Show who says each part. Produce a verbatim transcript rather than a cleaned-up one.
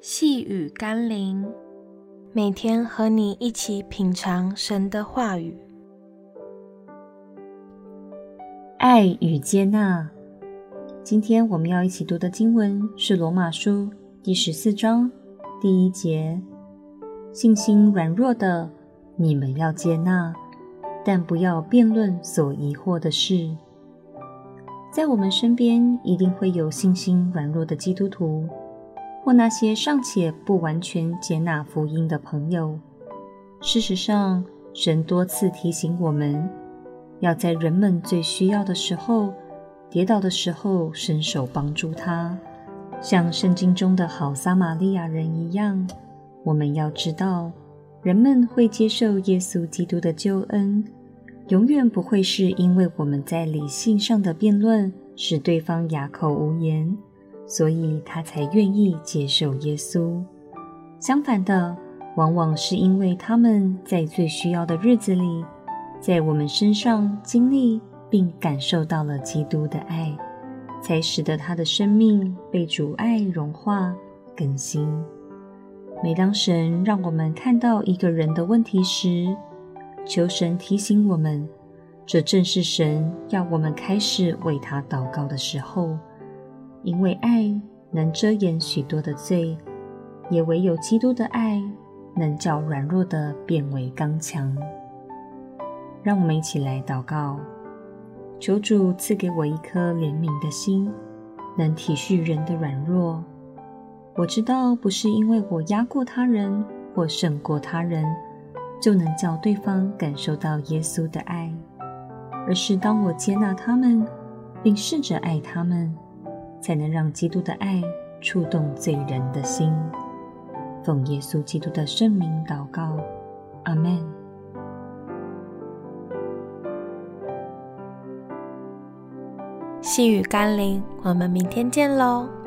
Speaker 1: 细雨甘霖，每天和你一起品尝神的话语。
Speaker 2: 爱与接纳。今天我们要一起读的经文是罗马书第十四章第一节。信心软弱的，你们要接纳，但不要辩论所疑惑的事。在我们身边一定会有信心软弱的基督徒，或那些尚且不完全接纳福音的朋友。事实上，神多次提醒我们，要在人们最需要的时候，跌倒的时候伸手帮助他，像圣经中的好撒玛利亚人一样。我们要知道，人们会接受耶稣基督的救恩，永远不会是因为我们在理性上的辩论使对方哑口无言，所以他才愿意接受耶稣。相反的，往往是因为他们在最需要的日子里，在我们身上经历并感受到了基督的爱，才使得他的生命被主爱融化更新。每当神让我们看到一个人的问题时，求神提醒我们，这正是神要我们开始为他祷告的时候。因为爱能遮掩许多的罪，也唯有基督的爱能叫软弱的变为刚强。让我们一起来祷告，求主赐给我一颗怜悯的心，能体恤人的软弱。我知道不是因为我压过他人或胜过他人，就能叫对方感受到耶稣的爱，而是当我接纳他们，并试着爱他们，才能让基督的爱触动罪人的心。奉耶稣基督的圣名祷告，阿们。
Speaker 1: 细雨甘霖，我们明天见喽。